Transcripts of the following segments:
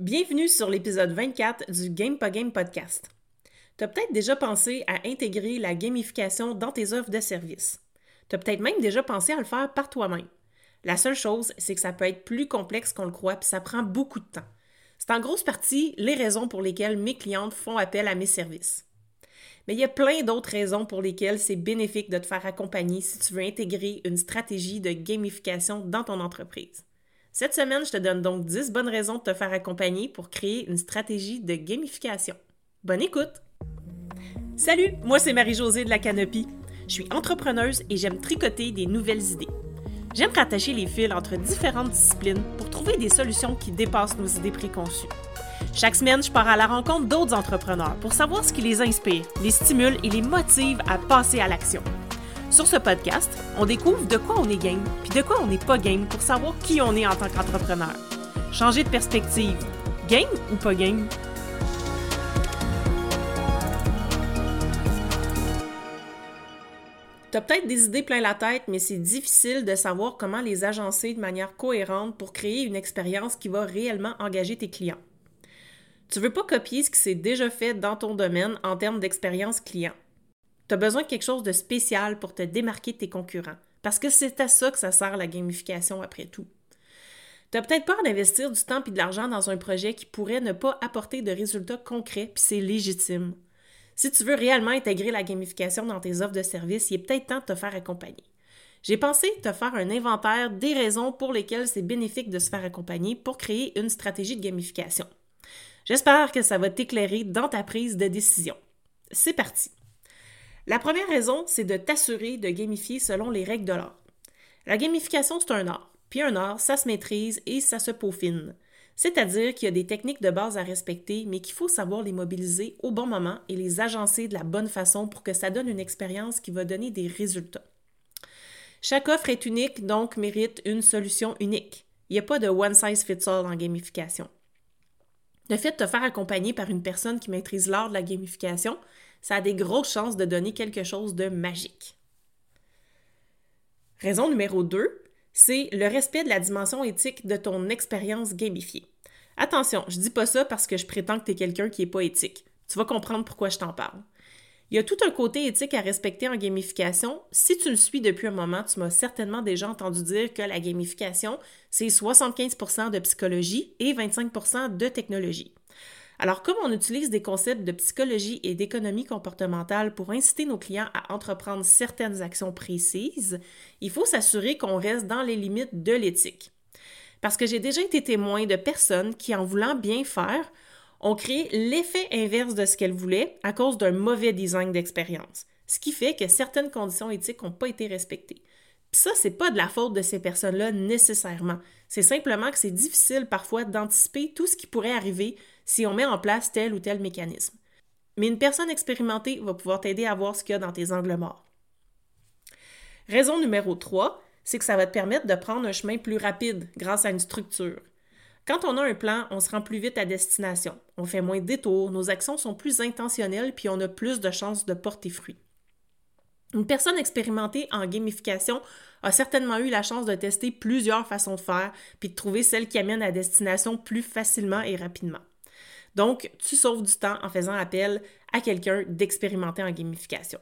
Bienvenue sur l'épisode 24 du Game pas Game podcast. Tu as peut-être déjà pensé à intégrer la gamification dans tes offres de services. Tu as peut-être même déjà pensé à le faire par toi-même. La seule chose, c'est que ça peut être plus complexe qu'on le croit puis ça prend beaucoup de temps. C'est en grosse partie les raisons pour lesquelles mes clientes font appel à mes services. Mais il y a plein d'autres raisons pour lesquelles c'est bénéfique de te faire accompagner si tu veux intégrer une stratégie de gamification dans ton entreprise. Cette semaine, je te donne donc 10 bonnes raisons de te faire accompagner pour créer une stratégie de gamification. Bonne écoute! Salut, moi c'est Marie-Josée de la Canopy. Je suis entrepreneuse et j'aime tricoter des nouvelles idées. J'aime rattacher les fils entre différentes disciplines pour trouver des solutions qui dépassent nos idées préconçues. Chaque semaine, je pars à la rencontre d'autres entrepreneurs pour savoir ce qui les inspire, les stimule et les motive à passer à l'action. Sur ce podcast, on découvre de quoi on est game, puis de quoi on n'est pas game pour savoir qui on est en tant qu'entrepreneur. Changer de perspective. Game ou pas game? T'as peut-être des idées plein la tête, mais c'est difficile de savoir comment les agencer de manière cohérente pour créer une expérience qui va réellement engager tes clients. Tu veux pas copier ce qui s'est déjà fait dans ton domaine en termes d'expérience client. Tu as besoin de quelque chose de spécial pour te démarquer de tes concurrents, parce que c'est à ça que ça sert la gamification après tout. Tu as peut-être peur d'investir du temps et de l'argent dans un projet qui pourrait ne pas apporter de résultats concrets, puis c'est légitime. Si tu veux réellement intégrer la gamification dans tes offres de services, il est peut-être temps de te faire accompagner. J'ai pensé te faire un inventaire des raisons pour lesquelles c'est bénéfique de se faire accompagner pour créer une stratégie de gamification. J'espère que ça va t'éclairer dans ta prise de décision. C'est parti! La première raison, c'est de t'assurer de gamifier selon les règles de l'art. La gamification, c'est un art. Puis un art, ça se maîtrise et ça se peaufine. C'est-à-dire qu'il y a des techniques de base à respecter, mais qu'il faut savoir les mobiliser au bon moment et les agencer de la bonne façon pour que ça donne une expérience qui va donner des résultats. Chaque offre est unique, donc mérite une solution unique. Il n'y a pas de one size fits all en gamification. Le fait de te faire accompagner par une personne qui maîtrise l'art de la gamification, ça a des grosses chances de donner quelque chose de magique. Raison numéro 2, c'est le respect de la dimension éthique de ton expérience gamifiée. Attention, je dis pas ça parce que je prétends que tu es quelqu'un qui n'est pas éthique. Tu vas comprendre pourquoi je t'en parle. Il y a tout un côté éthique à respecter en gamification. Si tu me suis depuis un moment, tu m'as certainement déjà entendu dire que la gamification, c'est 75% de psychologie et 25% de technologie. Alors, comme on utilise des concepts de psychologie et d'économie comportementale pour inciter nos clients à entreprendre certaines actions précises, il faut s'assurer qu'on reste dans les limites de l'éthique. Parce que j'ai déjà été témoin de personnes qui, en voulant bien faire, ont créé l'effet inverse de ce qu'elles voulaient à cause d'un mauvais design d'expérience, ce qui fait que certaines conditions éthiques n'ont pas été respectées. Puis ça, c'est pas de la faute de ces personnes-là nécessairement. C'est simplement que c'est difficile parfois d'anticiper tout ce qui pourrait arriver si on met en place tel ou tel mécanisme. Mais une personne expérimentée va pouvoir t'aider à voir ce qu'il y a dans tes angles morts. Raison numéro 3, c'est que ça va te permettre de prendre un chemin plus rapide grâce à une structure. Quand on a un plan, on se rend plus vite à destination. On fait moins de détours, nos actions sont plus intentionnelles puis on a plus de chances de porter fruit. Une personne expérimentée en gamification a certainement eu la chance de tester plusieurs façons de faire puis de trouver celle qui amène à destination plus facilement et rapidement. Donc, tu sauves du temps en faisant appel à quelqu'un d'expérimenté en gamification.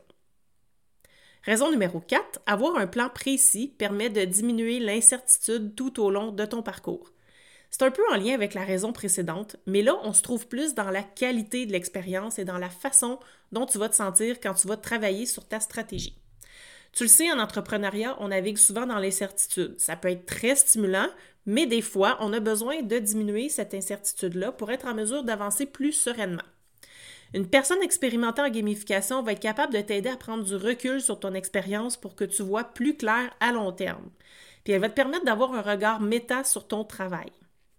Raison numéro 4, avoir un plan précis permet de diminuer l'incertitude tout au long de ton parcours. C'est un peu en lien avec la raison précédente, mais là, on se trouve plus dans la qualité de l'expérience et dans la façon dont tu vas te sentir quand tu vas travailler sur ta stratégie. Tu le sais, en entrepreneuriat, on navigue souvent dans l'incertitude. Ça peut être très stimulant, mais des fois, on a besoin de diminuer cette incertitude-là pour être en mesure d'avancer plus sereinement. Une personne expérimentée en gamification va être capable de t'aider à prendre du recul sur ton expérience pour que tu vois plus clair à long terme. Puis elle va te permettre d'avoir un regard méta sur ton travail.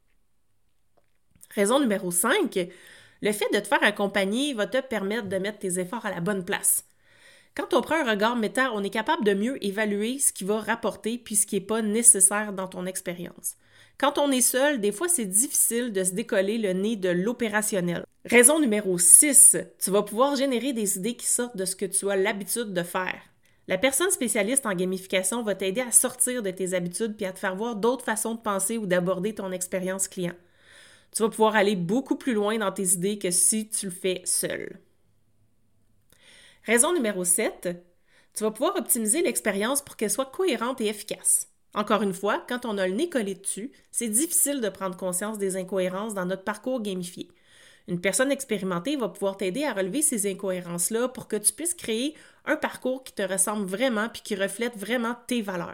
Raison numéro 5, le fait de te faire accompagner va te permettre de mettre tes efforts à la bonne place. Quand on prend un regard méta, on est capable de mieux évaluer ce qui va rapporter puis ce qui n'est pas nécessaire dans ton expérience. Quand on est seul, des fois, c'est difficile de se décoller le nez de l'opérationnel. Raison numéro 6, tu vas pouvoir générer des idées qui sortent de ce que tu as l'habitude de faire. La personne spécialiste en gamification va t'aider à sortir de tes habitudes puis à te faire voir d'autres façons de penser ou d'aborder ton expérience client. Tu vas pouvoir aller beaucoup plus loin dans tes idées que si tu le fais seul. Raison numéro 7, tu vas pouvoir optimiser l'expérience pour qu'elle soit cohérente et efficace. Encore une fois, quand on a le nez collé dessus, c'est difficile de prendre conscience des incohérences dans notre parcours gamifié. Une personne expérimentée va pouvoir t'aider à relever ces incohérences-là pour que tu puisses créer un parcours qui te ressemble vraiment puis qui reflète vraiment tes valeurs.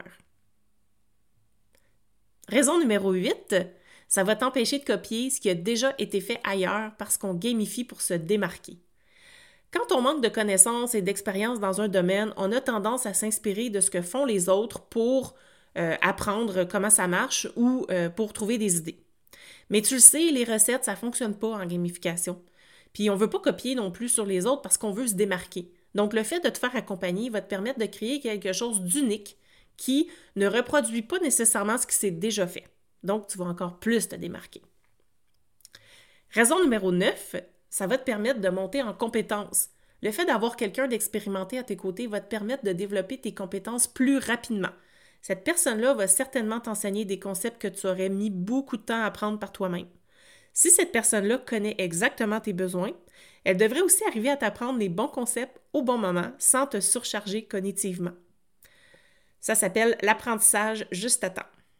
Raison numéro 8, ça va t'empêcher de copier ce qui a déjà été fait ailleurs parce qu'on gamifie pour se démarquer. Quand on manque de connaissances et d'expérience dans un domaine, on a tendance à s'inspirer de ce que font les autres pour apprendre comment ça marche ou pour trouver des idées. Mais tu le sais, les recettes, ça ne fonctionne pas en gamification. Puis on ne veut pas copier non plus sur les autres parce qu'on veut se démarquer. Donc le fait de te faire accompagner va te permettre de créer quelque chose d'unique qui ne reproduit pas nécessairement ce qui s'est déjà fait. Donc tu vas encore plus te démarquer. Raison numéro 9, ça va te permettre de monter en compétences. Le fait d'avoir quelqu'un d'expérimenté à tes côtés va te permettre de développer tes compétences plus rapidement. Cette personne-là va certainement t'enseigner des concepts que tu aurais mis beaucoup de temps à apprendre par toi-même. Si cette personne-là connaît exactement tes besoins, elle devrait aussi arriver à t'apprendre les bons concepts au bon moment sans te surcharger cognitivement. Ça s'appelle l'apprentissage juste à temps.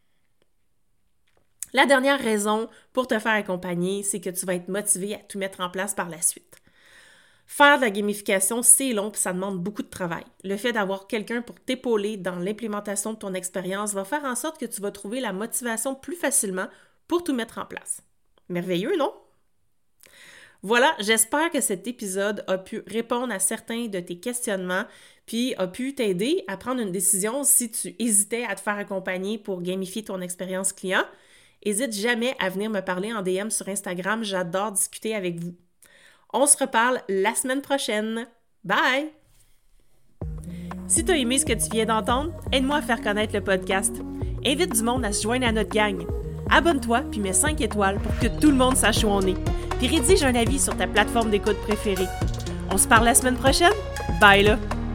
La dernière raison pour te faire accompagner, c'est que tu vas être motivé à tout mettre en place par la suite. Faire de la gamification, c'est long et ça demande beaucoup de travail. Le fait d'avoir quelqu'un pour t'épauler dans l'implémentation de ton expérience va faire en sorte que tu vas trouver la motivation plus facilement pour tout mettre en place. Merveilleux, non? Voilà, j'espère que cet épisode a pu répondre à certains de tes questionnements puis a pu t'aider à prendre une décision si tu hésitais à te faire accompagner pour gamifier ton expérience client. N'hésite jamais à venir me parler en DM sur Instagram, j'adore discuter avec vous. On se reparle la semaine prochaine. Bye! Si tu as aimé ce que tu viens d'entendre, aide-moi à faire connaître le podcast. Invite du monde à se joindre à notre gang. Abonne-toi puis mets 5 étoiles pour que tout le monde sache où on est. Puis rédige un avis sur ta plateforme d'écoute préférée. On se parle la semaine prochaine? Bye là!